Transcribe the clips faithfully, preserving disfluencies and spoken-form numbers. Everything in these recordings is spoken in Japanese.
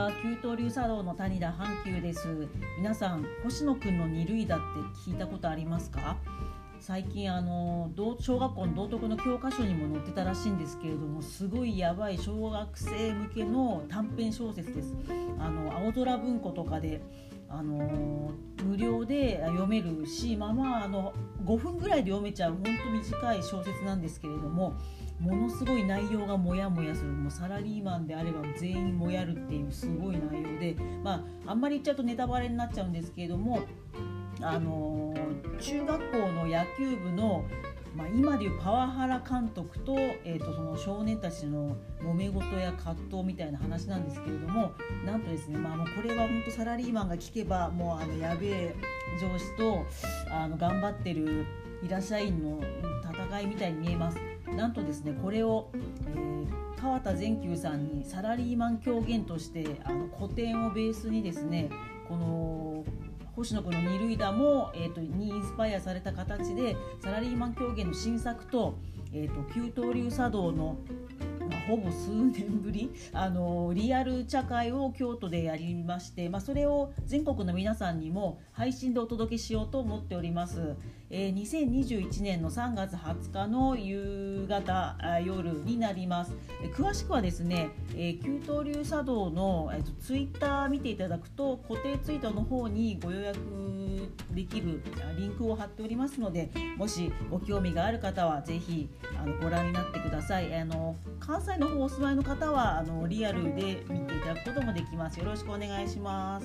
は、給湯流茶道の谷田阪急です。皆さん、星野くんの二類だって聞いたことありますか？最近あの小学校の道徳の教科書にも載ってたらしいんですけれども、すごいやばい小学生向けの短編小説です。あの青空文庫とかであの無料で読めるし、まあまああのごふんぐらいで読めちゃう本当短い小説なんですけれども、ものすごい内容がモヤモヤする。もうサラリーマンであれば全員モヤるっていうすごい内容で、まああんまり言っちゃうとネタバレになっちゃうんですけれども、あの中学校の野球部の、まあ、今でいうパワハラ監督と、えーと、その少年たちの揉め事や葛藤みたいな話なんですけれども、なんとですね、まあ、もうこれは本当サラリーマンが聞けばもうあのやべえ上司とあの頑張ってる平社員の戦いみたいに見えます。なんとですね、これを、えー、川田善久さんにサラリーマン狂言としてあの古典をベースにですね、この星野君の二類だも、えーと、にインスパイアされた形でサラリーマン狂言の新作と、えーと、給湯流茶道の、まあ、ほぼ数年ぶりあのリアル茶会を京都でやりまして、まあ、それを全国の皆さんにも配信でお届けしようと思っております。えー、にせんにじゅういちねんのさんがつはつかの夕方夜になります。えー、詳しくはですね、えー、給湯流茶道の、えー、とツイッター見ていただくと固定ツイートの方にご予約できるリンクを貼っておりますので、もしご興味がある方はぜひあのご覧になってください。あの関西の方お住まいの方はあのリアルで見ていただくこともできます。よろしくお願いします。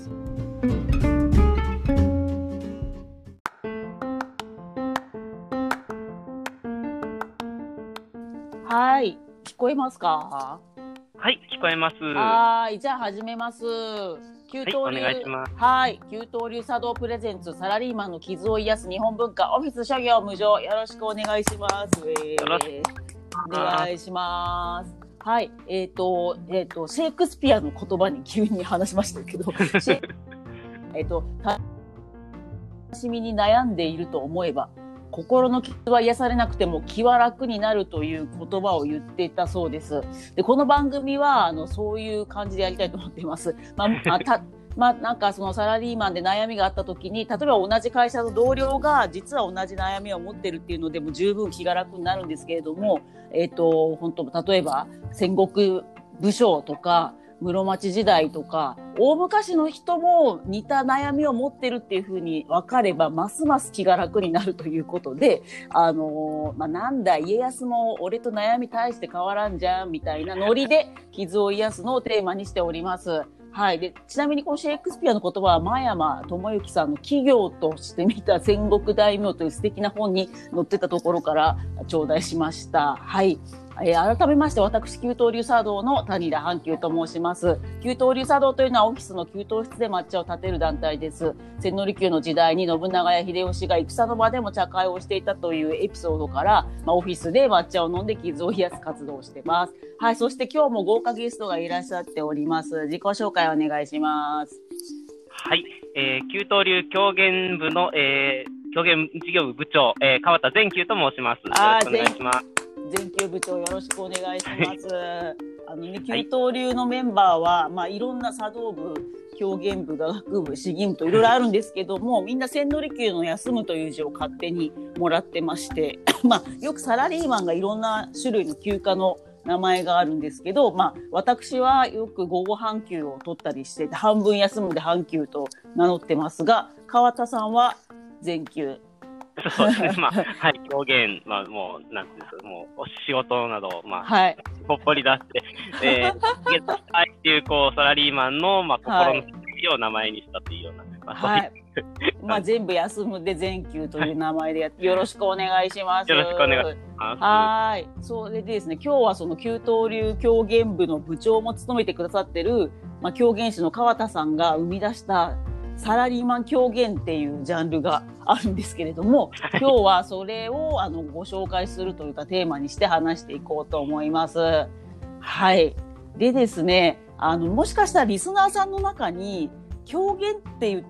はい、聞こえますか？ はい、聞こえます。 はい、じゃあ始めます。給湯流、 はい、お願いします。 はい、給湯流茶道プレゼンツサラリーマンの傷を癒す日本文化オフィス諸行無常、よろしくお願いします。 よろしくお願いします。はい、えっ、ー、と、えっ、ー、と、シェイクスピアの言葉に急に話しましたけど、えっと、悲しみに悩んでいると思えば、心の傷は癒されなくても気は楽になるという言葉を言っていたそうです。で、この番組はあのそういう感じでやりたいと思っています。まあ、あたまあ、なんかそのサラリーマンで悩みがあった時に、例えば同じ会社の同僚が実は同じ悩みを持ってるっていうのでも十分気が楽になるんですけれども、えっと、本当例えば戦国武将とか室町時代とか大昔の人も似た悩みを持ってるっていう風に分かればますます気が楽になるということで、あのーまあ、なんだ家康も俺と悩み大して変わらんじゃんみたいなノリで傷を癒すのをテーマにしております。はい。で、ちなみにこのシェイクスピアの言葉は真山智之さんの企業として見た戦国大名という素敵な本に載ってたところから頂戴しました。はい。えー、改めまして私給湯流茶道の谷田阪急と申します。給湯流茶道というのはオフィスの給湯室で抹茶を立てる団体です。千利休の時代に信長や秀吉が戦の場でも茶会をしていたというエピソードから、まあ、オフィスで抹茶を飲んで傷を癒す活動をしています。はい、そして今日も豪華ゲストがいらっしゃっております。自己紹介お願いします。 はい、えー、給湯流狂言部の、えー、狂言事業部部長、えー、川田善久と申します。よろしくお願いします。 善久部長よろしくお願いします。あのね、給湯流のメンバーは、まあ、いろんな茶道部、狂言部、雅楽部、詩吟部といろいろあるんですけども、みんな千利休の休むという字を勝手にもらってましてまあ、よくサラリーマンがいろんな種類の休暇の名前があるんですけど、まあ、私はよく午後半休を取ったりしてて、半分休むで半休と名乗ってますが、川田さんは善久。 そうですね。まあ、はい、表現、まあ、もう、なんていうんですか、もう、お仕事など、まあ、 はい、 ほっぽり出して、えー、ゲットしたいっていう、こう、サラリーマンの、まあ、心の気を名前にしたというような、まあ、 はい。まあ、全部休むで善久という名前でやって、よろしくお願いします。 よろしくお願いします。 はい。それでですね、今日はその給湯流狂言部の部長も務めてくださってる、まあ、狂言師の川田さんが生み出したサラリーマン狂言っていうジャンルがあるんですけれども、今日はそれをあのご紹介するというかテーマにして話していこうと思います。はい。でですね、あの、もしかしたらリスナーさんの中に狂言って言って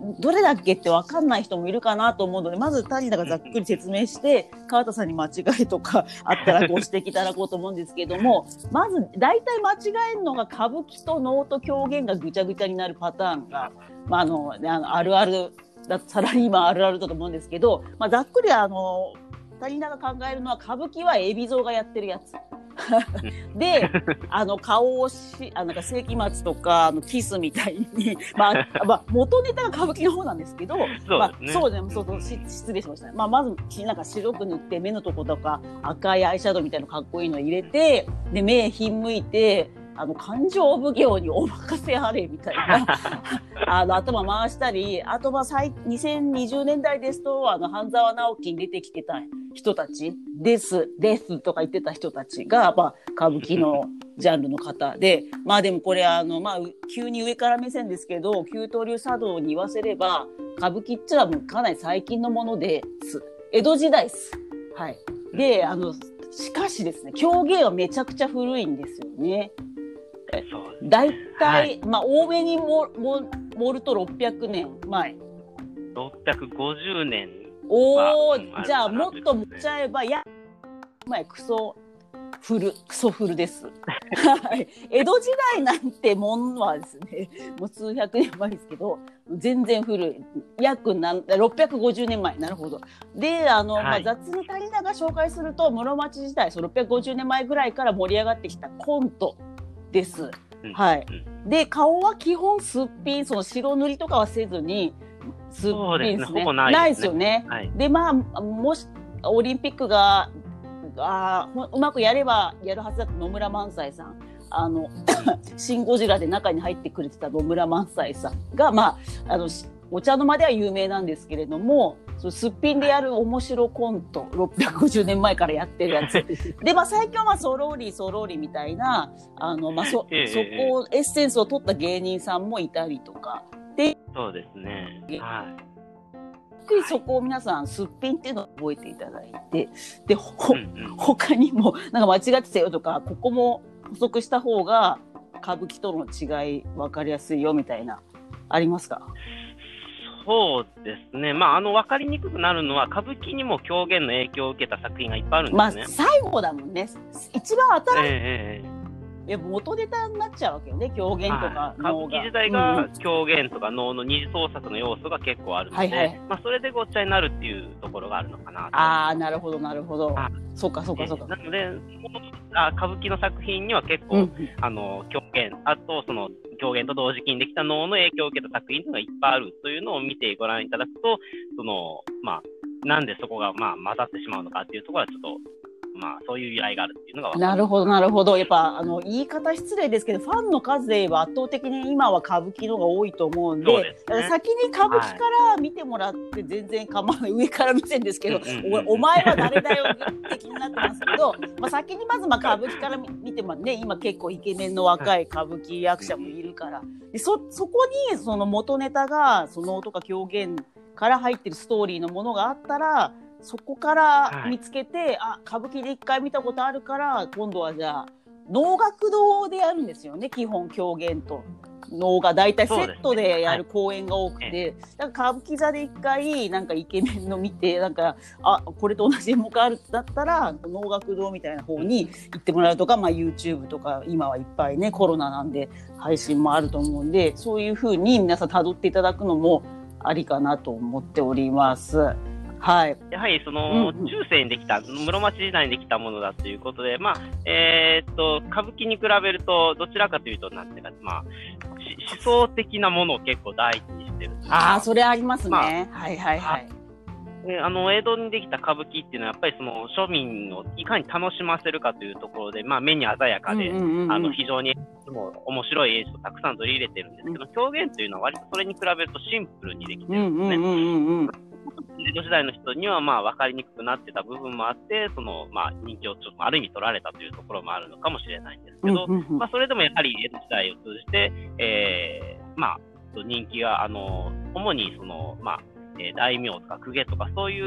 どれだっけって分かんない人もいるかなと思うので、まず谷田がざっくり説明して川田さんに間違いとかあったらご指摘いただこうと思うんですけどもまず大体間違えるのが歌舞伎と能と狂言がぐちゃぐちゃになるパターンが、まあ、あのあのあるあるだサラリーマンあるあるだと思うんですけど、まあ、ざっくりあの谷田が考えるのは歌舞伎は海老蔵がやってるやつであの顔をしあなんか世紀末とかあのキスみたいに、まあまあ、元ネタが歌舞伎の方なんですけどそうまあ、そうねそうそうし失礼しましたね、まあ、まずなんか白く塗って目のとことか赤いアイシャドウみたいなかっこいいの入れてで目ひんむいてあの勘定奉行にお任せあれみたいなあの頭回したりあとはにせんにじゅうねんだいですとあの半沢直樹に出てきてた人たちですですとか言ってた人たちが、まあ、歌舞伎のジャンルの方でまあでもこれあの、まあ、急に上から目線ですけど九刀流茶道に言わせれば歌舞伎ってのはもうかなり最近のものです江戸時代です。はい、であのしかしですね狂言はめちゃくちゃ古いんですよね。だいたい、まあ、多めにもも盛るとろっぴゃくねんまえろっぴゃくごじゅうねんおーじゃあもっと盛っちゃえばや前クソフルクソフルです江戸時代なんてもんはですねもう数百年前ですけど全然古い約なんろっぴゃくごじゅうねんまえなるほどであの、はいまあ、雑に谷田が紹介すると室町時代そのろっぴゃくごじゅうねんまえぐらいから盛り上がってきたコントです、うんはい、うん、で顔は基本すっぴんその白塗りとかはせずにすっぴんですね、ほぼないですね、ないですよね、はい、でまあもしオリンピックがあうまくやればやるはずだった野村萬斎さんあのシン・ゴジラで中に入ってくれてた野村萬斎さんがまああのお茶の間では有名なんですけれどもそすっぴんでやる面白コントろっぴゃくごじゅうねんまえからやってるやつで、まあ、最近はまあソローリーソローリーみたいなあの、まあ、そ, そこエッセンスを取った芸人さんもいたりとかでそうですねはいそこを皆さんすっぴんっていうのを覚えていただいてでほ、うんうん、他にもなんか間違ってたよとかここも補足した方が歌舞伎との違い分かりやすいよみたいなありますか？ そうですね、まあ、あの分かりにくくなるのは歌舞伎にも狂言の影響を受けた作品がいっぱいあるんですね、 まあ、最後だもんね一番新しい、 えーいや元ネタになっちゃうわけよね狂言とか能が、歌舞伎時代が狂言とか能の二次創作の要素が結構あるので、はいはいまあ、それでごっちゃになるっていうところがあるのかなと。 ああなるほどなるほどそうかそうかそうかなのであ歌舞伎の作品には結構、うん、あの狂言あとその狂言と同時期にできた能の影響を受けた作品がいっぱいあるというのを見てご覧いただくとその、まあ、なんでそこが、まあ、混ざってしまうのかっていうところはちょっとまあ、そういう由来があるっていうのが分かる。 なるほどなるほどやっぱあの言い方失礼ですけどファンの数で言えば圧倒的に今は歌舞伎のが多いと思うん で, で、ね、先に歌舞伎から見てもらって全然構わない、はい、上から目線ですけど、うんうんうん、お, お前は誰だよ的になってますけど、まあ、先にまずまあ歌舞伎から見てもね今結構イケメンの若い歌舞伎役者もいるからで そ, そこにその元ネタがそのとか狂言から入ってるストーリーのものがあったらそこから見つけて、はい、あ歌舞伎で一回見たことあるから今度はじゃあ能楽堂でやるんですよね基本狂言と能がだいたいセットでやる公演が多くて、ねはい、だから歌舞伎座で一回なんかイケメンの見てなんかあこれと同じ演目あるだったら能楽堂みたいな方に行ってもらうとか、まあ、YouTube とか今はいっぱいねコロナなんで配信もあると思うんでそういう風に皆さん辿っていただくのもありかなと思っております。はい、 やはりその、うんうん、中世にできた室町時代にできたものだということで、まあえー、っと歌舞伎に比べるとどちらかというとなんていうか、まあ、思想的なものを結構第一にしている。 ああそれありますね、まあ、はいはいはいであの江戸にできた歌舞伎っていうのはやっぱりその庶民をいかに楽しませるかというところで、まあ、目に鮮やかで、うんうんうん、あの非常にも面白い演出をたくさん取り入れてるんですけど、うん、狂言というのは割とそれに比べるとシンプルにできてるんですね、うんうんうんうん江戸時代の人にはまあ分かりにくくなってた部分もあってそのまあ人気をちょっとある意味取られたというところもあるのかもしれないんですけど、うんうんうんまあ、それでもやはり江戸時代を通じて、えー、まあ人気があの主にそのまあ大名とか公家とかそういう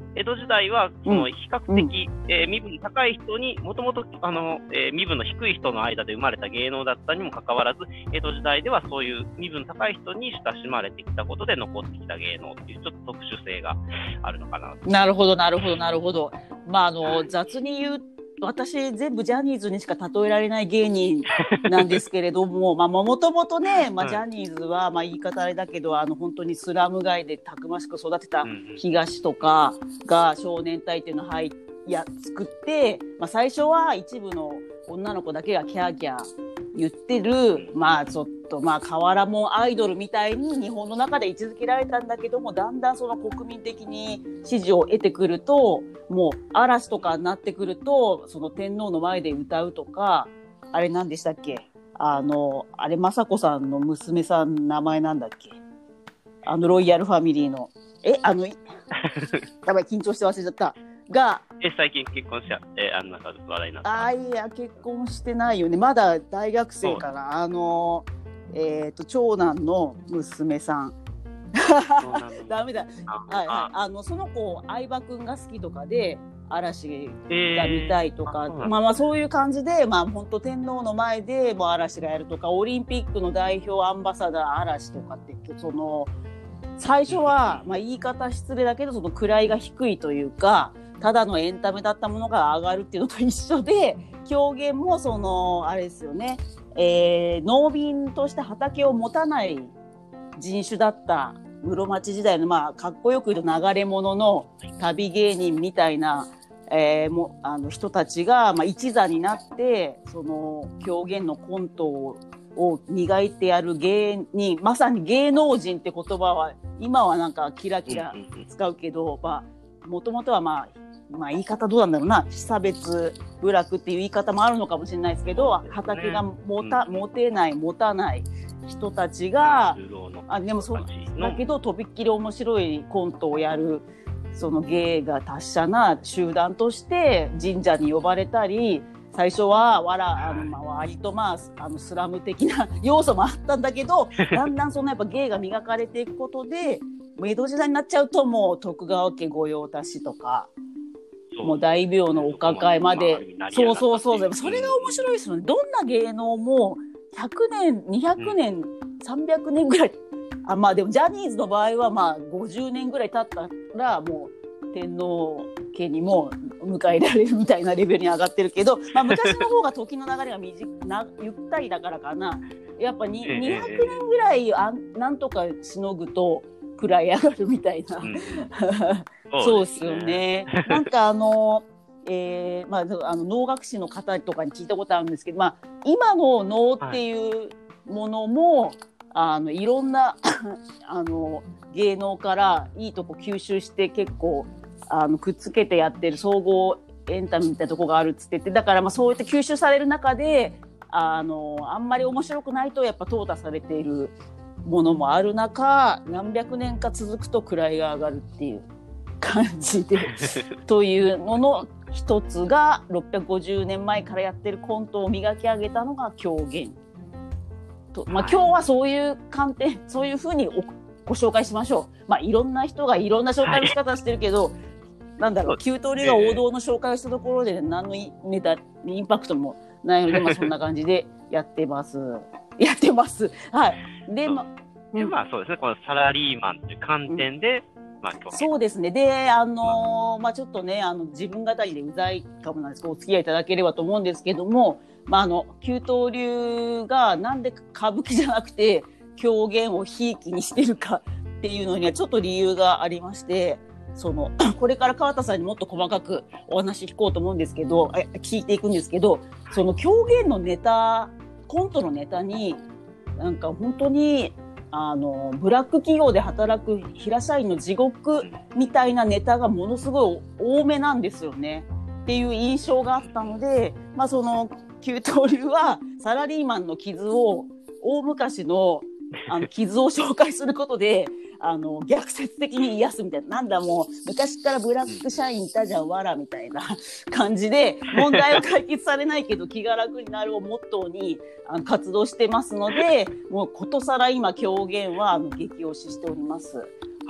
江戸時代はその比較的、 うんえー身分の高い人にもともとあの、えー身分の低い人の間で生まれた芸能だったにもかかわらず、江戸時代ではそういう身分高い人に親しまれてきたことで残ってきた芸能っていうちょっと特殊性があるのかな。 なるほどなるほどなるほど。まああの雑に言う私全部ジャニーズにしか例えられない芸人なんですけれどもまあもともとね、まあ、ジャニーズは、まあ、言い方あれだけどあの本当にスラム街でたくましく育てた東とかが少年隊っていうのを入っや作って、まあ、最初は一部の女の子だけがキャーキャー言ってるまあちょっとまあ変わらもアイドルみたいに日本の中で位置づけられたんだけどもだんだんその国民的に支持を得てくるともう嵐とかになってくるとその天皇の前で歌うとかあれ何でしたっけあのあれ雅子さんの娘さん名前なんだっけあのロイヤルファミリーのえあのやばい緊張して忘れちゃったがえ最近結婚した、えー、あんな話題になった。 あいや結婚してないよねまだ大学生かなあのえっ、ー、と長男の娘さんダメだはいはいあのその子相葉くんが好きとかで嵐が見たいとか、えー、まあまあそういう感じでまあ本当天皇の前でもう嵐がやるとかオリンピックの代表アンバサダー嵐とかってその最初はまあ言い方失礼だけどその位が低いというかただのエンタメだったものが上がるっていうのと一緒で狂言もそのあれですよね、えー、農民として畑を持たない人種だった室町時代のまあかっこよく言うと流れ者の旅芸人みたいな、えー、もあの人たちがまあ一座になってその狂言のコントをを磨いてやる芸人まさに芸能人って言葉は今はなんかキラキラ使うけどまあもともとはまあまあ言い方どうなんだろうな被差別部落っていう言い方もあるのかもしれないですけど畑が持た、持てない持たない人たちがあでもそうだけどとびっきり面白いコントをやるその芸が達者な集団として神社に呼ばれたり最初はわらあの、まあ、割とまああのスラム的な要素もあったんだけどだんだんそのやっぱ芸が磨かれていくことで江戸時代になっちゃうともう徳川家御用達とかもう大名のお抱えまでそうそうそうそれが面白いですよね。どんな芸能もひゃくねんにひゃくねん、うん、さんびゃくねんぐらいあまあでもジャニーズの場合はまあごじゅうねんぐらい経ったらもう天皇家にも迎えられるみたいなレベルに上がってるけど、まあ、昔の方が時の流れが短なゆったりだからかなやっぱににひゃくねんぐらいあなんとかしのぐと位上がるみたいな、うん、そうですよね。なんかあの、えーまあ、あの能楽師の方とかに聞いたことあるんですけど、まあ、今の能っていうものも、はい、あのいろんなあの芸能からいいとこ吸収して結構あのくっつけてやってる総合エンタメみたいなとこがあるっつっててだからまあそうやって吸収される中であのあんまり面白くないとやっぱ淘汰されているものもある中何百年か続くと位が上がるっていう感じでというのの一つがろっぴゃくごじゅうねんまえからやってるコントを磨き上げたのが狂言と、まあ、今日はそういう観点そういうふうにご紹介しましょう。まあいろんな人がいろんな紹介の仕方してるけど、はい、なんだろうきゅう刀流が王道の紹介をしたところで何のネタインパクトもないので、まあ、そんな感じでやってますやってますはいでまでまあそうですねこのサラリーマンという観点で、うんまあ、 そうですねであのー、まあちょっとねあの自分語りでうざいかもなんですけどお付き合いいただければと思うんですけども、まああのきゅう刀流がなんで歌舞伎じゃなくて狂言をひいきにしてるかっていうのにはちょっと理由がありましてそのこれから川田さんにもっと細かくお話聞こうと思うんですけど聞いていくんですけどその狂言のネタコントのネタになんか本当にあのブラック企業で働く平社員の地獄みたいなネタがものすごい多めなんですよねっていう印象があったので、まあ、そのきゅう刀流はサラリーマンの傷を大昔のあの傷を紹介することであの逆説的に癒すみたいななんだもう昔からブラック社員いたじゃんわらみたいな感じで問題は解決されないけど気が楽になるをモットーにあの活動してますのでもうことさら今狂言はあの激推ししております。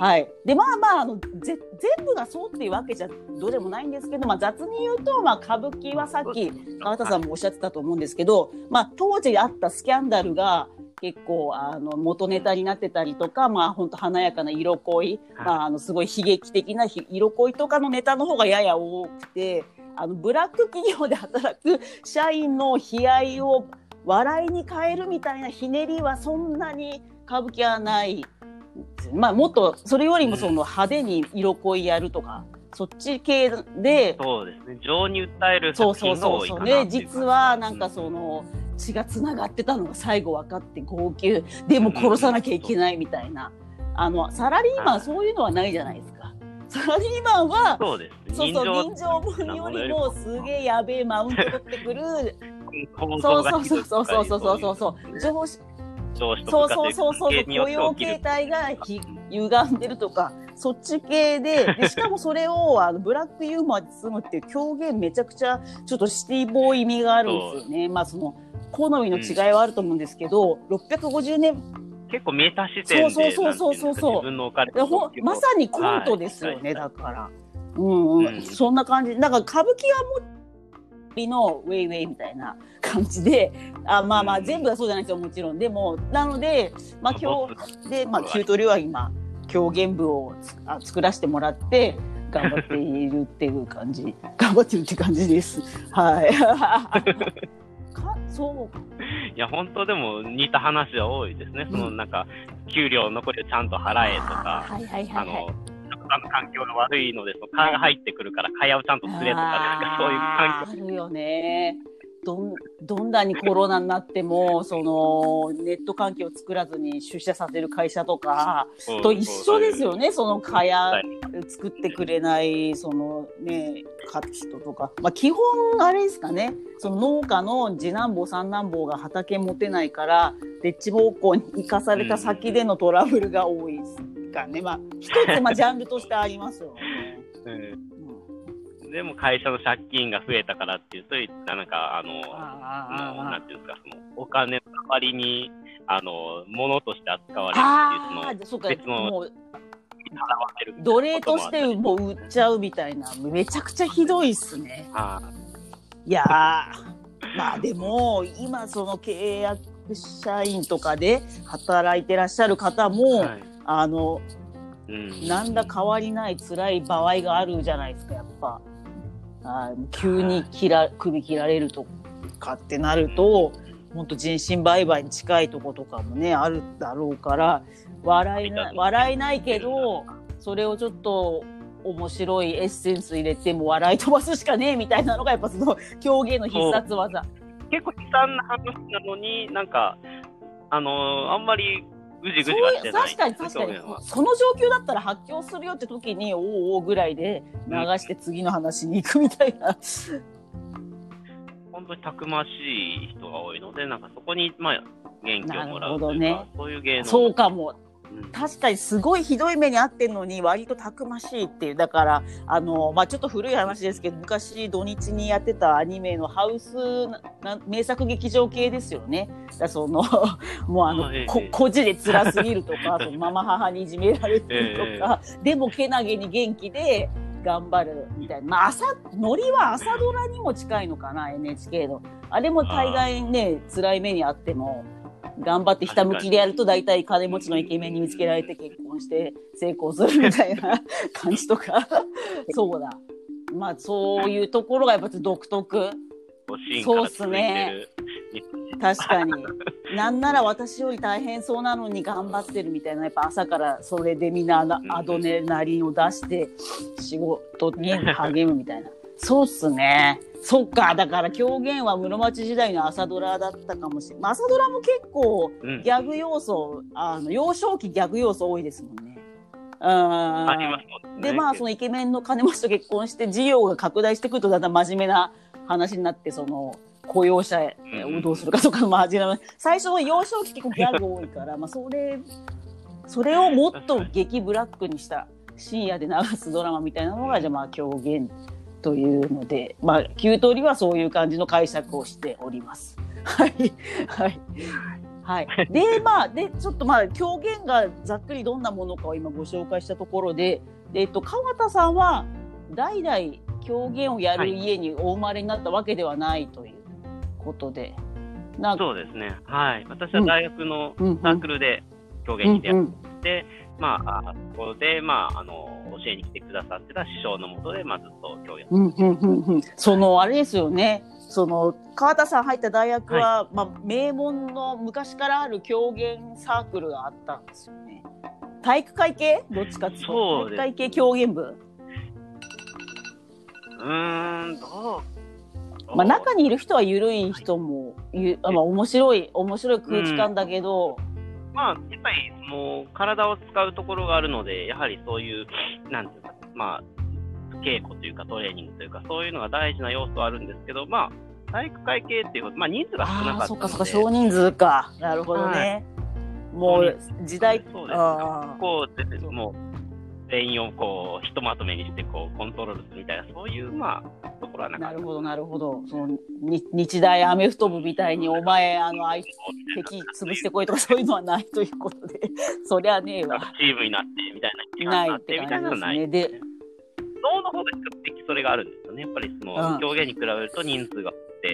はい。で、まあまあ、あの、ぜ全部がそうっていうわけじゃどうでもないんですけど、まあ雑に言うと、まあ歌舞伎はさっき川田さんもおっしゃってたと思うんですけど、まあ当時あったスキャンダルが結構、あの、元ネタになってたりとか、まあ本当華やかな色恋、まああの、すごい悲劇的な色恋とかのネタの方がやや多くて、あの、ブラック企業で働く社員の悲哀を笑いに変えるみたいなひねりはそんなに歌舞伎はない。まあもっとそれよりもその派手に色恋やるとか、そっち系で、 そうですね、情に訴える作品が多いかなっていう。 ね、実はなんかその血がつながってたのが最後分かって号泣でも殺さなきゃいけないみたいな、あのサラリーマンそういうのはないじゃないですか。サラリーマンはそうです、ね、 そうそう人情分よりもすげえやべえマウント取ってくるそうそうそうそうそうそうそうそうそう上司そうそうそうそうそう雇用形態がひ歪んでるとかそっち系 で, でしかもそれをあのブラックユーモアで包むっていう狂言めちゃくちゃちょっとシティボーイ意味があるんですよね。まあその好みの違いはあると思うんですけど、うん、ろっぴゃくごじゅうねん結構メタ視点でそうそうそうそうそう自分の置かれたほまさにコントですよね、はい、だからうんうん、うん、そんな感じだから歌舞伎はもうのウェイウェイみたいな感じで、あまあまあ全部はそうじゃないですよもちろん。でもなのでまあ今日でまあキュートリは今狂言部をあ作らせてもらって頑張っているっていう感じ頑張ってるって感じです。はい。かそういや本当でも似た話は多いですね。うん、そのなんか給料残りをちゃんと払えとか、 はいはいはいはい、 あのの環境が悪いので、その蚊が入ってくるから蚊帳をちゃんとすれとか、なんかそういう環境あるよね。どんどんなにコロナになってもそのネット環境を作らずに出社させる会社とかと一緒ですよね。その蚊帳作ってくれないそのね人とか、まあ基本あれですかね。その農家の次男坊三男坊が畑持てないからでっち奉公に生かされた先でのトラブルが多いですかね。まあ一つまあジャンルとしてありますよね。 うんでも会社の借金が増えたからっていうと、なんかあのあのなんていうんですか、そのお金の代わりにあの物として扱われるっていうその別のもう奴隷としてもう売っちゃうみたいなめちゃくちゃひどいっすね。いやーまあでも今その契約社員とかで働いてらっしゃる方も、はい、あの、うん、なんだ変わりない辛い場合があるじゃないですかやっぱ。あ急に切ら首切られるとかってなると本当人身売買に近いとことかもねあるだろうから笑えな笑えないけどそれをちょっと面白いエッセンス入れても笑い飛ばすしかねえみたいなのがやっぱその狂言の必殺技。 結構悲惨な話なのになんかあのー、あんまりぐじぐじはしてない。 確かに確かにその状況だったら発狂するよって時におーおーぐらいで流して次の話に行くみたいな、うん、 本当にたくましい人が多いのでなんかそこにまあ元気をもらうというか、ね、そういう芸能そうかも、うん、確かにすごいひどい目に遭ってんのに割とたくましいっていうだからあの、まあ、ちょっと古い話ですけど昔土日にやってたアニメのハウスな名作劇場系ですよね。だそのもうあの、あええ、こ孤児で辛すぎるとかそのママ母にいじめられてるとか、ええ、でもけなげに元気で頑張るみたいな、まあ、朝ノリは朝ドラにも近いのかな エヌエイチケー のあれも大概ね辛い目にあっても頑張ってひたむきでやると大体金持ちのイケメンに見つけられて結婚して成功するみたいな感じとかそうだまあそういうところがやっぱり独特そうっすね確かになんなら私より大変そうなのに頑張ってるみたいなやっぱ朝からそれでみんなアドレナリンを出して仕事に励むみたいなそうっすね。そっかだから狂言は室町時代の朝ドラだったかもしれない。朝ドラも結構ギャグ要素、うん、あの幼少期ギャグ要素多いですもんね。あありますもんね。でまあそのイケメンの金持ちと結婚して事業が拡大してくるとだんだん真面目な話になってその雇用者をどうするかとか、うん、まあ最初は幼少期結構ギャグ多いからまあそれそれをもっと激ブラックにした深夜で流すドラマみたいなのがじゃあまあ狂言というので、まあ、きゅう通りはそういう感じの解釈をしております。はい。はい。 はい。で、まあ、で、ちょっとまあ、狂言がざっくりどんなものかを今ご紹介したところで、でえっと、川田さんは代々狂言をやる家にお生まれになったわけではないということで。 なんかそうですね。はい。私は大学のサークルで狂言に出会って、うんうん、まあ、あそこで、まあ、あの、教えに来てくださってた師匠のもとで、まあ、ずっと狂言を、うんうんうんうん。その、あれですよね。その川田さん入った大学は、はい、まあ、名門の昔からある狂言サークルがあったんですよね。体育会系どっちかっていうと体育会系狂言部。 うーんどうまあ、中にいる人は緩い人も、ゆまあ、面白い面白い空気感だけど、 うん、まあやっぱりその体を使うところがあるので、やはりそういうなんていうか、まあ稽古というかトレーニングというかそういうのが大事な要素はあるんですけど、まあ体育会系っていうこと、まあ人数が少なかったので。あ、 そっかそっか、少人数か。なるほどね。はい、もう時代、 そうです。あこうでもう全員をこうひとまとめにしてこうコントロールするみたいな、そういうまあところはなかった。 なるほどなるほど。その日大アメフト部みたいにお前あの相手敵潰してこいとかそういうのはないということで、そりゃねえわ。 チームになってみたいな、 ないって感じですね。で、 能の方が比較的それがあるんですよね。やっぱりその狂言に比べると人数があって、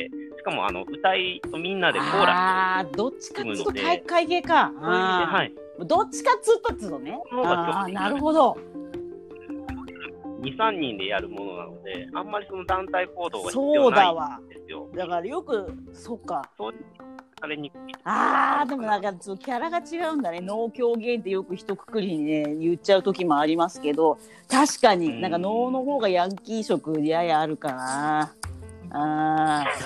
しかもあの歌いとみんなでコーラスを組むので。ああ、どっちかっていうと体育会系か。 はい。どっちかっつうとっつうのね。ああ、なるほど。 に、さんにんでやるものなので、あんまりその団体行動が必要ないんですよ。 だわ。だからよく、そっか。 そうあれにああ、でもなんかキャラが違うんだね。能狂言ってよく一括りにね言っちゃう時もありますけど、確かになんか能の方がヤンキー色ややあるかな。ああ、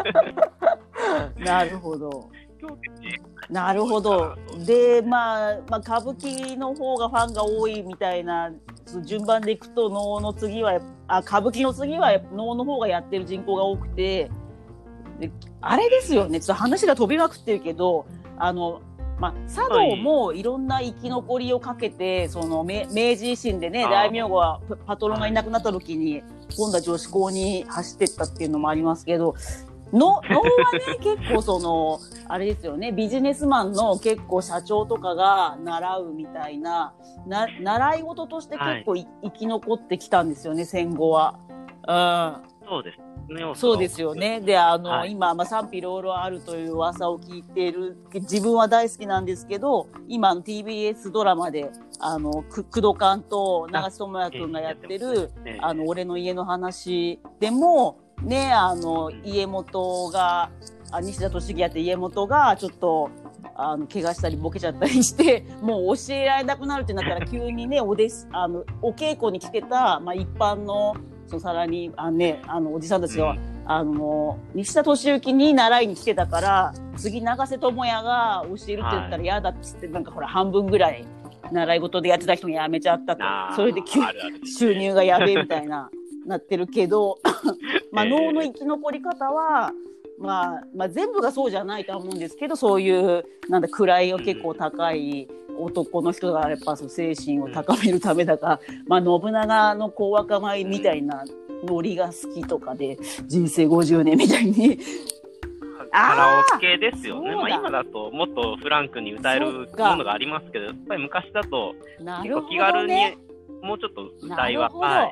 なるほど。なるほど。で、まあ、まあ歌舞伎の方がファンが多いみたいな順番でいくと、能の次はあ歌舞伎の次は能の方がやってる人口が多くて。であれですよね、ちょっと話が飛びまくってるけど、あの、まあ、茶道もいろんな生き残りをかけて、その明治維新でね、大名がパトロンがいなくなった時に、今度は女子校に走ってったっていうのもありますけど、の能はね、結構その、あれですよね、ビジネスマンの結構社長とかが習うみたいな、な習い事として結構、はい、生き残ってきたんですよね、戦後は。うん、 そうです。 そうですよね。で、あの、はい、今、まあ、賛否両論あるという噂を聞いている、自分は大好きなんですけど、今の ティービーエス ドラマで、あの、く工藤館と長瀬智也くんがやってる、えー、あの、俺の家の話でも、ね、あの、家元が、あ西田敏行やって家元が、ちょっと、あの、怪我したりボケちゃったりして、もう教えられなくなるってなったら、急にね、お弟子、あの、お稽古に来てた、まあ、一般の、そのさらにあの、ね、あのおじさんたちが、うん、あの西田敏行に習いに来てたから次長瀬智也が教えるって言ったら嫌だっつって、はい、なんかほら半分ぐらい習い事でやってた人が辞めちゃったと、それで急収入がやべえみたいななってるけどまあ能の生き残り方は、まあ、まあ全部がそうじゃないと思うんですけど、そういうなんだ位が結構高い、うん男の人がやっぱその精神を高めるためだか、まあ、信長の講和舞みたいなノリが好きとかで人生ごじゅうねんみたいにカラオケですよね。まあ、今だともっとフランクに歌えるものがありますけど、やっぱり昔だと結構気軽にもうちょっと歌いは、はい、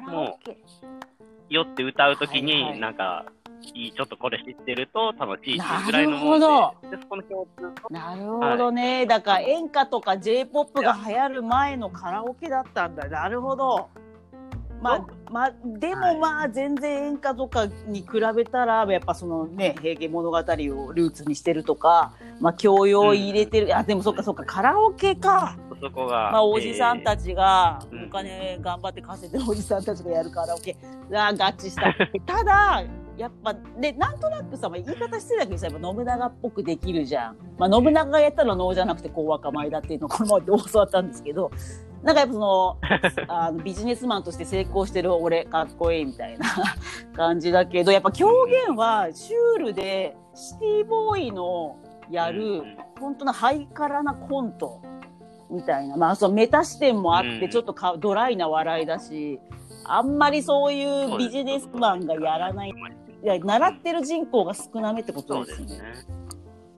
もう酔って歌うときになんか、はいはいいいちょっとこれ知ってると楽しいぐらいのもので、でそこの共通となるほどね、はい、だから演歌とか J-ポップ が流行る前のカラオケだったんだ。なるほど。まあまあ、でもまあ全然演歌とかに比べたらやっぱそのね平家物語をルーツにしてるとか、まあ教養入れてる、うん、あでもそっかそっかカラオケか。 そこがまあおじさんたちが、えー、お金頑張って稼いでるおじさんたちがやるカラオケが合致した。ただやっぱね、なんとなくさ、まあ、言い方失礼だけどさ、やっぱ信長っぽくできるじゃん。まあ、信長がやったら能じゃなくて講和舞だっていうのをこのままで教わったんですけど、なんかやっぱそのあのビジネスマンとして成功してる俺かっこいいみたいな感じだけど、やっぱ狂言はシュールでシティボーイのやる本当のハイカラなコントみたいな、まあそのメタ視点もあってちょっとかドライな笑いだし、あんまりそういうビジネスマンがやらない。いや習ってる人口が少なめってことですね。そうですね。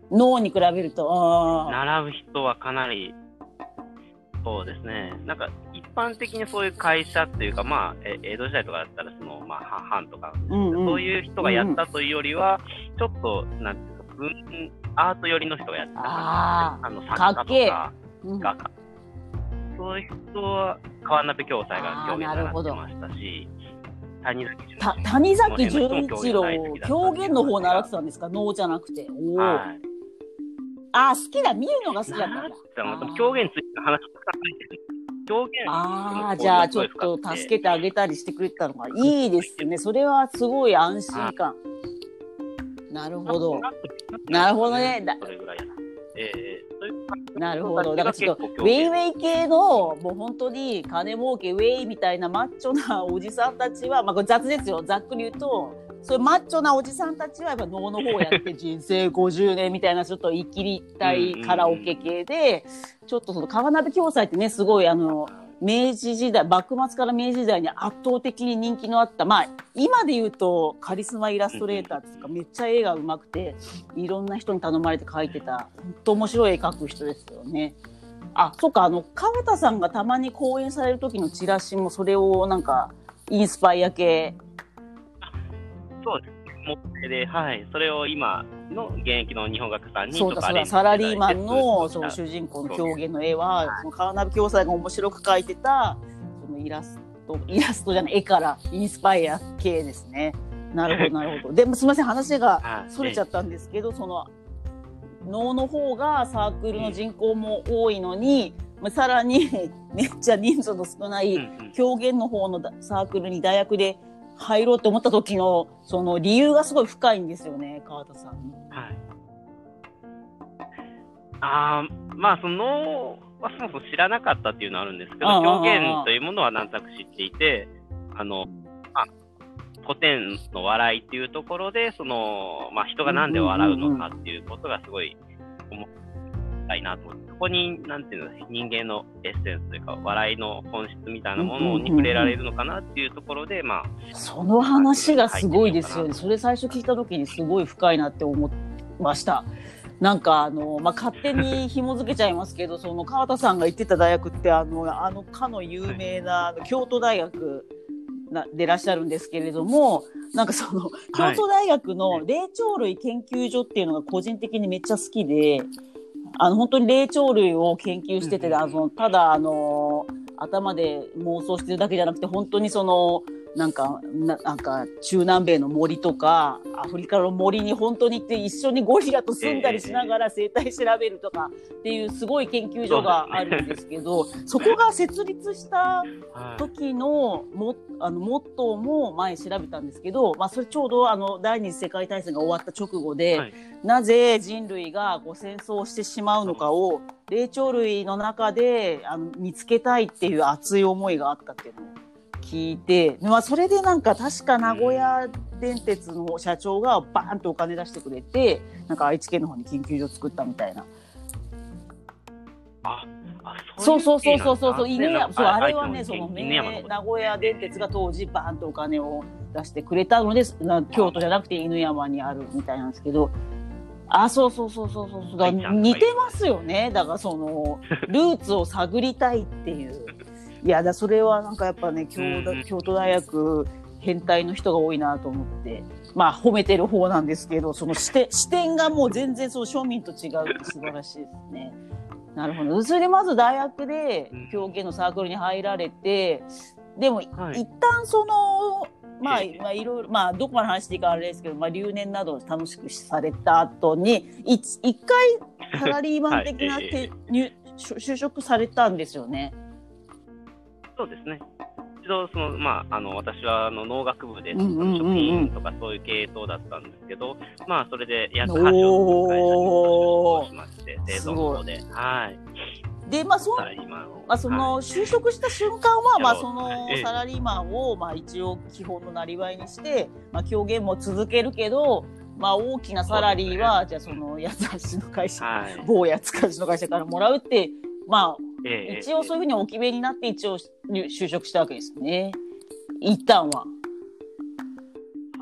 脳に比べると。あ並ぶ人はかなり、そうですね。なんか、一般的にそういう会社っていうか、まあ、え江戸時代とかだったら、その、まあ、藩とか、 うんうん、 そういう人がやったというよりは、ちょっと、なんていうか、文、アート寄りの人がやってた感じ、 ああの、作家とか、 うん、 画家。そういう人は、川鍋暁斎が狂言習ってましたし、谷崎潤一郎。 谷崎潤一郎、狂言の方習ってたんですか？能じゃなくて。おー。はい、あ、好きだ、見るのが好きだったんだ。 狂言についての話をたくさん書いてる。狂言ああ、じゃあちょっと助けてあげたりしてくれたのがいいですね。それはすごい安心感。なるほど。なるほどね。 それぐらいやえー、なるほど。だからちょっとウェイウェイ系のもう本当に金儲けウェイみたいなマッチョなおじさんたちは、まあこれ雑ですよ。ざっくり言うと、そういうマッチョなおじさんたちはやっぱ能の方をやって人生ごじゅうねんみたいなちょっと生きりたいカラオケ系で、ちょっとその川鍋暁斎ってね、すごいあの明治時代、幕末から明治時代に圧倒的に人気のあった、まあ今で言うとカリスマイラストレーターとかめっちゃ絵が上手くて、いろんな人に頼まれて描いてた本当面白い絵描く人ですよね。あ、そっか、あの川田さんがたまに講演される時のチラシもそれをなんかインスパイア系。 そうです。持ってで、はい。それを今の現役の日本学さんにそうだそうだ、サラリーマンのその主人公の狂言の絵は、その川鍋暁斎が面白く描いてたそのイラスト、イラストじゃない、絵からインスパイア系ですね。なるほどなるほど。でもすみません、話がそれちゃったんですけど、その能の方がサークルの人口も多いのに、うん、さらにめっちゃ人数の少ない狂言の方のサークルに大学で入ろうと思った時のその理由がすごい深いんですよね、川田さんの。 はい。ああ、まあその能はそもそも知らなかったっていうのはあるんですけど、狂言というものはなんとなく知っていて、あの、まあ、古典の笑いっていうところで、そのまあ人がなんで笑うのかっていうことがすごい思ったいなと思って。ここに、なんていうの、人間のエッセンスというか、笑いの本質みたいなものに触れられるのかなっていうところで、まあ。 その話がすごいですよね。それ最初聞いた時にすごい深いなって思いました。なんかあの、まあ、勝手に紐付けちゃいますけど、その川田さんが行ってた大学って、あの、あのかの有名な京都大学なでいらっしゃるんですけれども、なんかその、京都大学の霊長類研究所っていうのが個人的にめっちゃ好きで、あの本当に霊長類を研究してて、あのただあの頭で妄想してるだけじゃなくて、本当にそのなんかななんか中南米の森とかアフリカの森に本当に行って一緒にゴリラと住んだりしながら生態調べるとかっていうすごい研究所があるんですけど、そこが設立した時のもあのモットーも前調べたんですけど、まあ、それちょうどあの第二次世界大戦が終わった直後で、はい、なぜ人類がこう戦争をしてしまうのかを霊長類の中であの見つけたいっていう熱い思いがあったっていうのを聞いて、まあ、それでなんか確か名古屋電鉄の社長がバーンとお金出してくれて、なんか愛知県の方に研究所を作ったみたいな。 あそうそうそうそうそう、犬屋、そう、あれはね、その名古屋電鉄が当時バーンとお金を出してくれたので、京都じゃなくて犬山にあるみたいなんですけど、あ、そうそうそうそうそう、だ似てますよね。だからそのルーツを探りたいっていう。いやだ、それはなんかやっぱね、京都、京都大学変態の人が多いなと思って、まあ褒めてる方なんですけど、その視点、視点がもう全然そう庶民と違うって素晴らしいですね。なるほど。それでまず大学で狂言のサークルに入られて、でも、はい、一旦その、まあ、まあ、いろいろ、まあ、どこまで話していいかあれですけど、まあ、留年などを楽しくされた後に、一回サラリーマン的なて、はい、入就職されたんですよね。 そうですね。一度その、まあ、あの私はあの農学部で、うんうんうんうん、食品とかそういう系統だったんですけど、まあそれで約はちねんをしまして、製造の方で、はい。 で、まあその、まあ、その就職した瞬間は、はい、まあそのサラリーマンをまあ一応基本のなりわいにして、まあ狂言も続けるけど、まあ大きなサラリーは、ね、じゃあその八つ橋の会社、はい、某八つ橋の会社からもらうって、まあ。えー、一応そういうふうにお決めになって一応就職したわけですね。一旦は。 そ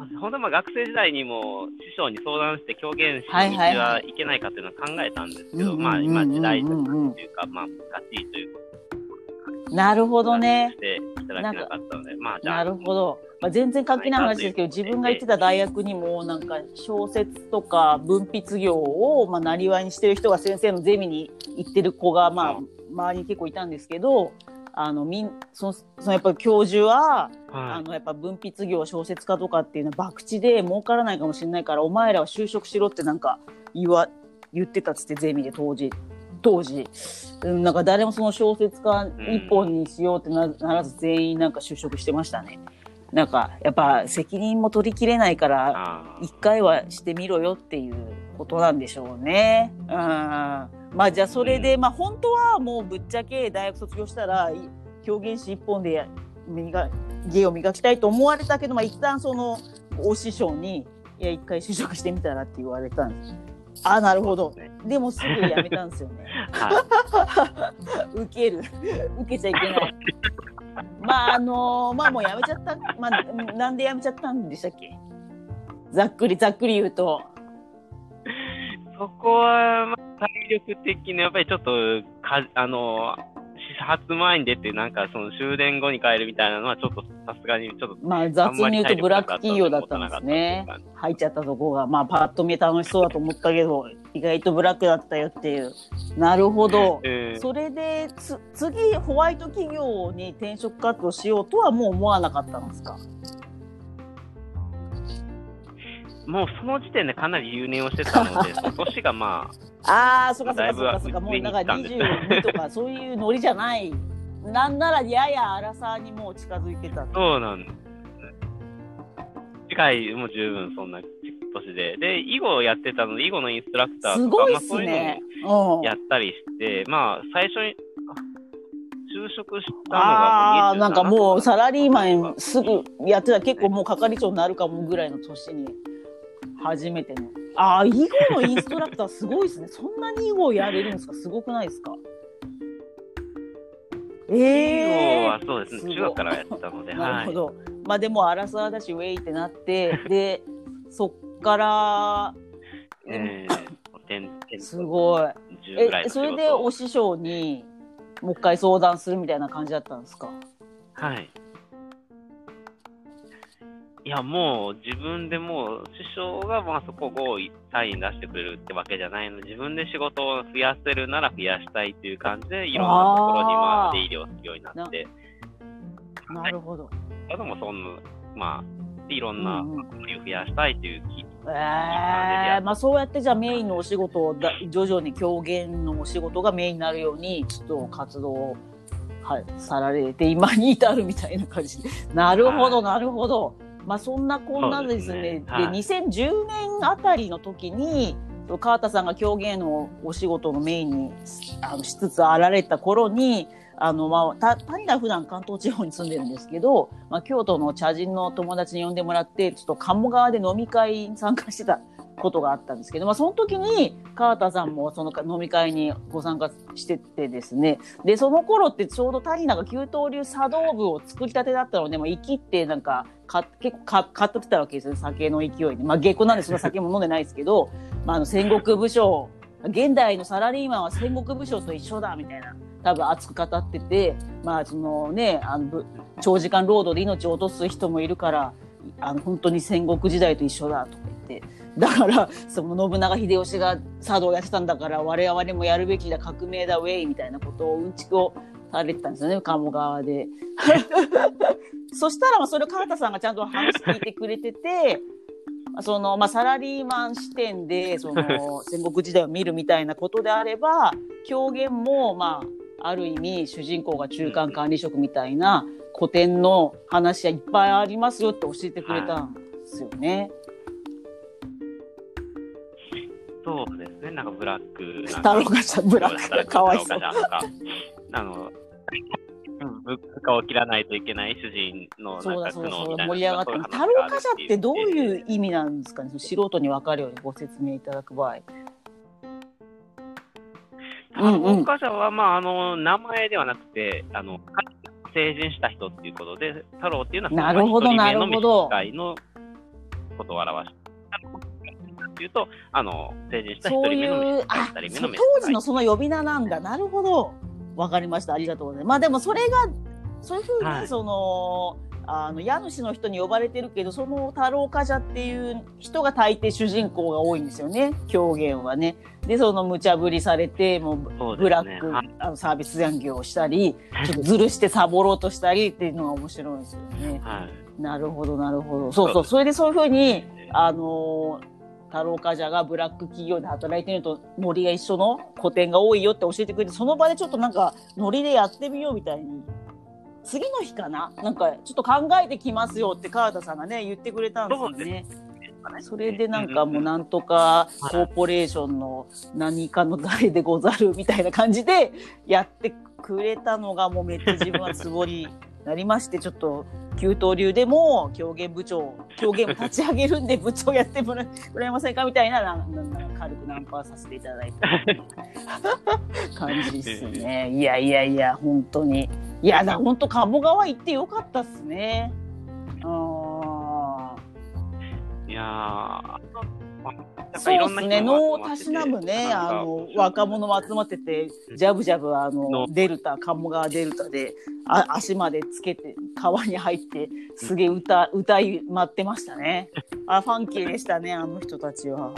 本当はまあ学生時代にも師匠に相談して狂言師の道はいけないかというのは考えたんですけど、まあ今時代というか、まあ難しいということで。 なるほどね。 していただけなかったので、まあじゃあ。 なるほど。まあ、全然関係ない話ですけど、自分が行ってた大学にもなんか小説とか文筆業をまあなりわいにしてる人が先生のゼミに行ってる子がまあ周りに結構いたんですけど、あのみんそのそのやっぱり教授は、はい、あのやっぱ文筆業小説家とかっていうのは博打で儲からないかもしれないからお前らは就職しろってなんか言わ言ってたっつってゼミで当時当時、うん、なんか誰もその小説家一本にしようって な, ならず全員なんか就職してましたね。なんかやっぱ責任も取りきれないから一回はしてみろよっていうことなんでしょうね。うん、まあじゃあそれで、まあ本当はもうぶっちゃけ大学卒業したら狂言師一本で磨芸を磨きたいと思われたけど、まあ一旦そのお師匠にいや一回就職してみたらって言われたんです。あ、なるほど。でもすぐ辞めたんですよね。受ける受けちゃいけない。まああのー、まあもうやめちゃった、まあ、なんでやめちゃったんでしたっけ。ざっくりざっくり言うとそこは、まあ、体力的にやっぱりちょっとかあの始発前に出てなんかその終電後に帰るみたいなのはちょっとさすがにちょっとまあ雑に言うとブラック企業だったんですね。入っちゃったとこがまあパッと見楽しそうだと思ったけど意外とブラックだったよっていう。なるほど、えー、それでつ次ホワイト企業に転職活動しようとはもう思わなかったんですか。 もうその時点でかなり留年をしてたのでその年がまあああそうかそうかそうかそうかもうなんかにじゅうにとかそういうノリじゃないなんならやや荒さにもう近づいてた。 そうなんです。近いもう十分そんな年でで囲碁をやってたので囲碁のインストラクターとかすごいっすね、 まあ、そういうのをやったりしてまあ最初に就職したのがああなんかもうサラリーマンすぐやってた結構もう係長になるかもぐらいの年に初めてのああ囲碁のインストラクターすごいですね。そんなに囲碁やれるんですか。すごくないですか。 ええー、囲碁はそうですね中学からやってたのでなるほど、はい、まあでもアラサーだしウェイってなってでそっから、 えー、 すごいえそれでお師匠にもう一回相談するみたいな感じだったんですか。 はい。いやもう自分でもう師匠がまあそこをサイン出してくれるってわけじゃないので自分で仕事を増やせるなら増やしたいっていう感じでいろんなところにまあ出入りをするようになってな, なるほど。 でもそんなまあいろんな交流を増やしたいっていう気、 うんうん、えー、まあそうやってじゃあメインのお仕事をだ徐々に狂言のお仕事がメインになるようにちょっと活動を、はい、さられて今に至るみたいな感じでなるほどなるほど。まあそんなこんなですね。で、ねはい、にせんじゅうねんあたりの時に川田さんが狂言のお仕事のメインにあのしつつあられた頃にあの、まあ、谷田は普段関東地方に住んでるんですけど、まあ、京都の茶人の友達に呼んでもらってちょっと鴨川で飲み会に参加してたことがあったんですけど、まあ、その時に川田さんもその飲み会にご参加しててですねでその頃ってちょうど谷田が九刀流茶道部を作りたてだったので、まあ、生きってなんかか結構か買っとってたわけですよ酒の勢いで、まあ、下戸なんでそんな酒も飲んでないですけど、まあ、あの戦国武将現代のサラリーマンは戦国武将と一緒だみたいな多分熱く語ってて、まあそのね、あの長時間労働で命を落とす人もいるからあの本当に戦国時代と一緒だとか言ってだからその信長秀吉が茶道をやってたんだから我々もやるべきだ革命だウェイみたいなことをうんちくをされてたんですよね鴨川でそしたらまあそれを川田さんがちゃんと話聞いてくれててそのまあ、サラリーマン視点でその戦国時代を見るみたいなことであれば狂言もまあある意味主人公が中間管理職みたいな古典の話はいっぱいありますよって教えてくれたんですよね。 そうですね。なんかブラック太郎冠者ブラックかわいそう。 あの部下を切らないといけない主人のなんか苦悩みたいな盛り上がってる。太郎冠者ってどういう意味なんですかね。素人に分かるようにご説明いただく場合。 太郎冠者はまああの名前ではなくてあの成人した人っていうことで太郎っていうのはなるほどなるほど。 会のことを表してというと、あの成人したひとりめの召使い、ふたりめの召使い、 当時のその呼び名なんだ。なるほど、わかりました。ありがとうございます。まあでもそれがそういうふうに、はい、そのあの家主の人に呼ばれてるけど、その太郎冠者っていう人が大抵主人公が多いんですよね、狂言はね。でその無茶ぶりされてもうブラック、ね、あのサービス残業をしたりちょっとずるしてサボろうとしたりっていうのが面白いんですよね、はい、なるほどなるほど。そうそう、それでそういうふうにあの太郎冠者がブラック企業で働いてるとノリが一緒の古典が多いよって教えてくれて、その場でちょっとなんかノリでやってみようみたいに、次の日かな、なんかちょっと考えてきますよって川田さんがね言ってくれたんですよね。それでなんかもうなんとかコーポレーションの何かの誰でござるみたいな感じでやってくれたのがもうめっちゃ自分はツボになりまして、ちょっと旧東流でも狂言部長狂言を立ち上げるんで部長やってもらえませんかみたいな、なんなんなん軽くナンパさせていただいた感じですね。いやいやいや本当に、いやだ本当鴨川行ってよかったっすね。あいやーそうですね、能をたしなむね、あの若者も集まってて、ジャブジャブあのデルタ鴨川デルタであ足までつけて川に入ってすげえ歌歌い待ってましたね。あファンキーでしたね、あの人たちは。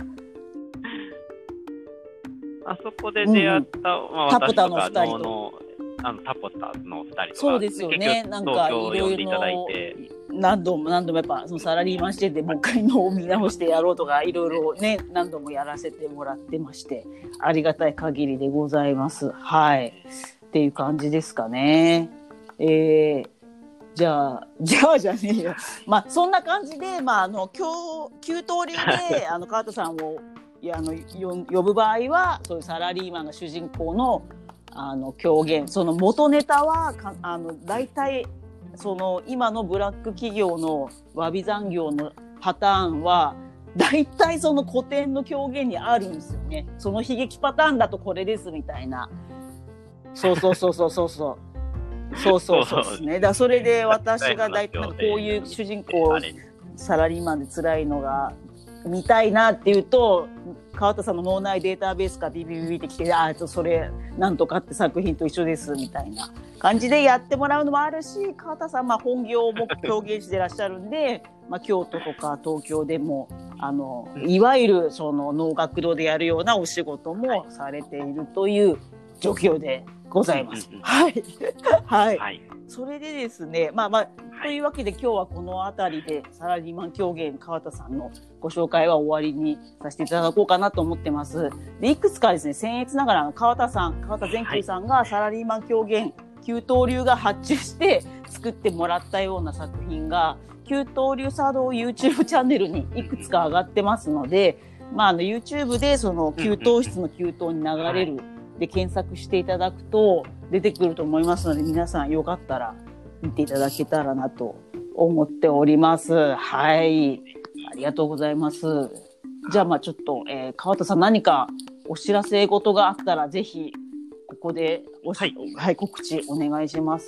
あそこで出会った、うんまあ、 タポタのふたりとのあのタポタのふたりとか、 そうですよね、なんかいろいろ何度も何度もやっぱそのサラリーマンしててもう一回のを見直してやろうとかいろいろね何度もやらせてもらってまして、ありがたい限りでございます。はいっていう感じですかね。えー、じゃあじゃあじゃねえよまあそんな感じで、まあ、あの今日旧東流であの川田さんをいやあの呼ぶ場合はそういうサラリーマンが主人公のあの狂言、その元ネタはかあの大体その今のブラック企業の詫び残業のパターンは大体その古典の狂言にあるんですよね。その悲劇パターンだとこれですみたいな。そうそうそうそうそうそうそうそうそうですね。だからそれで私が大体なんかこういう主人公サラリーマンで辛いのが見たいなっていうと川田さんの脳内データベースからビビビビってきて、ああそれなんとかって作品と一緒ですみたいな感じでやってもらうのもあるし、川田さんまあ本業も表現してらっしゃるんで、まあ、京都とか東京でもあのいわゆるその能楽堂でやるようなお仕事もされているという状況でございます。はい、はい、はい、それでですね、まあまあというわけで今日はこの辺りでサラリーマン狂言川田さんのご紹介は終わりにさせていただこうかなと思ってます。でいくつかですね僭越ながら川田さん川田善久さんがサラリーマン狂言旧東流が発注して作ってもらったような作品が旧東流茶道 YouTube チャンネルにいくつか上がってますので、まあ、あの YouTube でその給湯室の給湯に流れるで検索していただくと出てくると思いますので、皆さんよかったら見ていただけたらなと思っております。はい、ありがとうございます。じゃあまあちょっと、えー、川田さん何かお知らせ事があったらぜひここでおし、はいはい、告知お願いします。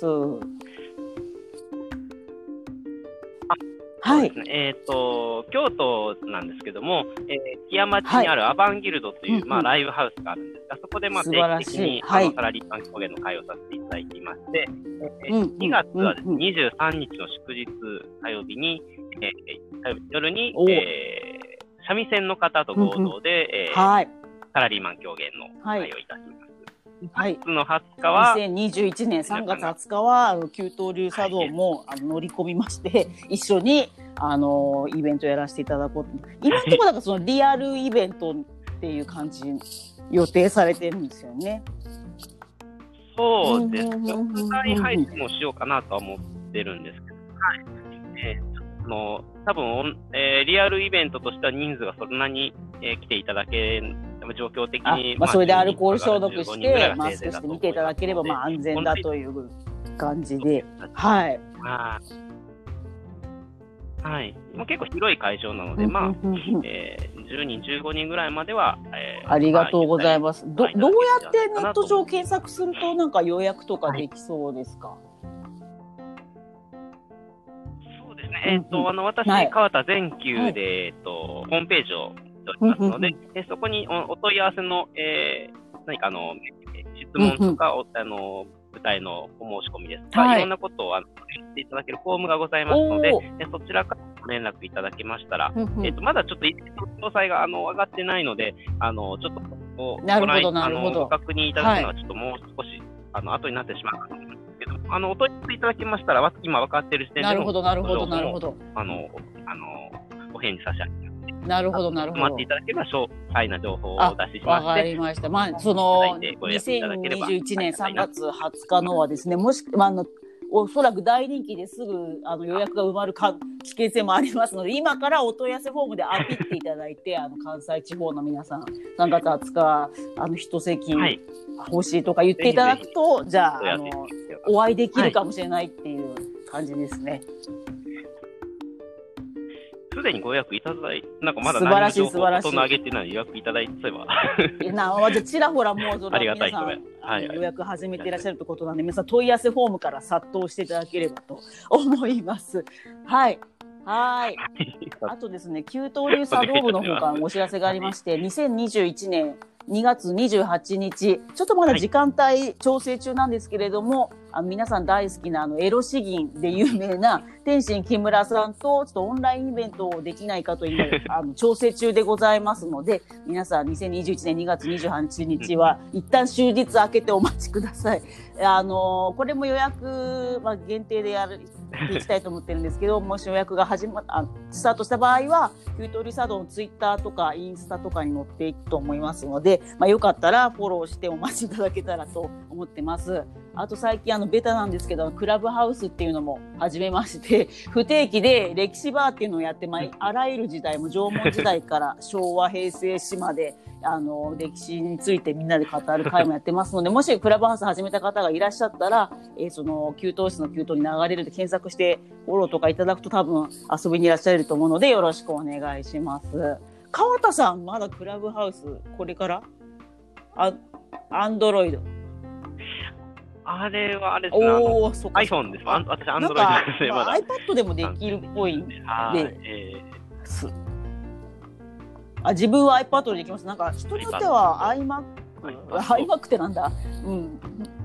そうですね、えっ、ー、と京都なんですけども、えー、木屋町にあるアバンギルドという、はいまあ、ライブハウスがあるんですが、そこでまあ定期的に、はい、あのサラリーマン狂言の会をさせていただいていまして、えー、にがつはですね、にじゅうさんにちの祝日火曜日に、えー、火曜日夜に、えー、三味線の方と合同で、うんうんえーはい、サラリーマン狂言の会をいたします。はい、のはつかはにせんにじゅういちねんさんがつはつかは旧東流茶道も、はい、あの乗り込みまして一緒にあのイベントやらせていただこうと今のところだからそのリアルイベントっていう感じ予定されてるんですよね。 そうですね、オフライン配信もしようかなとは思ってるんですけど、はいえー、の多分、えー、リアルイベントとしては人数がそんなに、えー、来ていただけ状況的に、 まあ、それでアルコール消毒してマスクして見ていただければまあ安全だという感じで、はい、 はい、もう結構広い会場なので、まあえー、じゅうにんじゅうごにんぐらいまでは、 えー、ありがとうございます。ど, どうやってネット上検索するとなんか予約とかできそうですか？はい、 そうですね、 えっ、と、あの、私、 はい川田全球で、えっ、と、ホームページをしておりますので、えそこにおお問い合わせの、えー、何かあの、質問とか、おあの、舞台のお申し込みですとか、 はいいろんなことをあの言っていただけるフォームがございますので、えそちらからご連絡いただけましたら、えっ、と、まだちょっと詳細があの上がってないので、あの、ちょっとごなるほどご覧なるほどあのご確認いただくのはちょっともう少し、あの、後になってしまうかと思うんですけど、あの、お問い合わせいただきましたら、わ今分かっている時点でのなるほどなるほどなるほど。 あの、あの、お返事差し上げます。 なるほどなるほど。 待っていただければ詳細な情報をお出ししまわかして、 りました。まあ、その、 ご予約いただければにせんにじゅういちねんさんがつはつかのはですね、もし、まあ、あの、おそらく大人気ですぐあの予約が埋まるか危険性もありますので、今からお問い合わせフォームでアピっていただいて、あの関西地方の皆さん、さんがつはつか、あの一席欲しいとか言っていただくと、じゃあ、あの、お会いできるかもしれないっていう感じですね。 すでにご予約いただいて、なんかまだ素晴らしい何の情報を素晴らしい大人上げてない予約いただいてば。 なあ、じゃあちらほらもうそのありがたい皆さん、 はいはい予約始めていらっしゃるということなんで、皆さん問い合わせフォームから殺到していただければと思います。はい。はい。あとですね、給湯流茶道部の方からお知らせがありまして、にせんにじゅういちねんにがつにじゅうはちにち、ちょっとまだ時間帯調整中なんですけれども、あの皆さん大好きなあのエロ詩吟で有名な天心木村さんとちょっとオンラインイベントをできないかというあの調整中でございますので、皆さんにせんにじゅういちねんにがつにじゅうはちにちは一旦終日空けてお待ちください。あのこれも予約、まあ、限定でやるいきたいと思ってるんですけど、もし予約が始まあスタートした場合は給湯流茶道のツイッターとかインスタとかに載っていくと思いますので、まあ、よかったらフォローしてお待ちいただけたらと思ってます。あと最近あのベタなんですけど、クラブハウスっていうのも始めまして、不定期で歴史バーっていうのをやって、まあ、あらゆる時代も縄文時代から昭和平成史まであの歴史についてみんなで語る会もやってますので、もしクラブハウス始めた方がいらっしゃったら、えー、その給湯室の給湯に流れるで検索してフォローとかいただくと多分遊びにいらっしゃると思うので、よろしくお願いします。川田さん、まだクラブハウスこれからあアンドロイドあれはあれですね、 おー、そっか iPhone です。あ私、 なん Android か、 ですね、 まあ、 まだ。 iPad でもできるっぽいんで、 はい、えすあ自分は iPad でできます。なんか人によっては iMac、iMac ってなんだ、うん、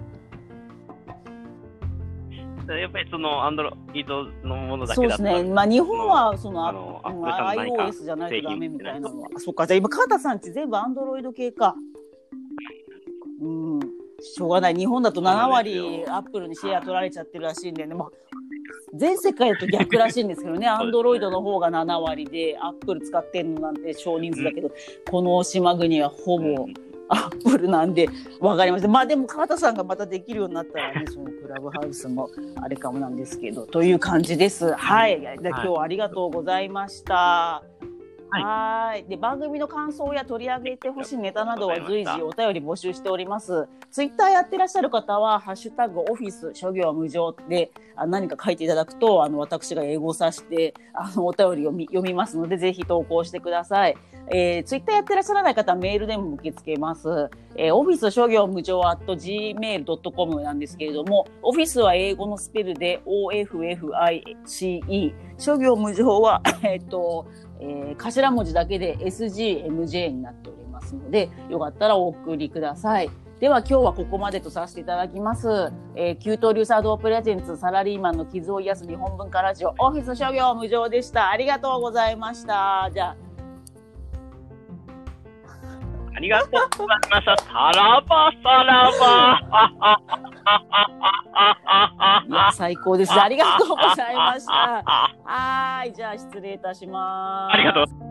やっぱりその Android のものだそうですけだったら、 ね。まあ日本はそのあのうん Apple さんの何か iOS じゃないとダメみたいなのは。 製そっか、じゃあ今川田さんち全部 Android 系か。うん、しょうがない。日本だとななわり Apple にシェア取られちゃってるらしいんでね。まあ全世界だと逆らしいんですけどね、アンドロイドの方がななわりで、アップル使ってるのなんて少人数だけど、うん、この島国はほぼアップルなんで、わかりました。まあでも、川田さんがまたできるようになったらね、そのクラブハウスもあれかもなんですけど、という感じです。はい。じゃあ今日はありがとうございました。はい、はいで番組の感想や取り上げてほしいネタなどは随時お便り募集しております。ツイッターやってらっしゃる方はハッシュタグオフィス諸行無常であ何か書いていただくとあの私が英語を指してあのお便りをみ読みますのでぜひ投稿してください。えー、ツイッターやってらっしゃらない方はメールでも受け付けます。えー、オフィス諸行無常 アットジーメールドットコム なんですけれども、オフィスは英語のスペルで オーエフエフアイシーイー、諸行無常はえっとえー、頭文字だけで エスジーエムジェー になっておりますので、よかったらお送りください。では今日はここまでとさせていただきます。えー、給湯流茶道プレゼンツサラリーマンの傷を癒す日本文化ラジオオフィス諸行無常でした。ありがとうございました。じゃあありがとうございました。さらばさらば。 いや最高です。ありがとうございました。はい、じゃあ失礼いたします。 ありがとう。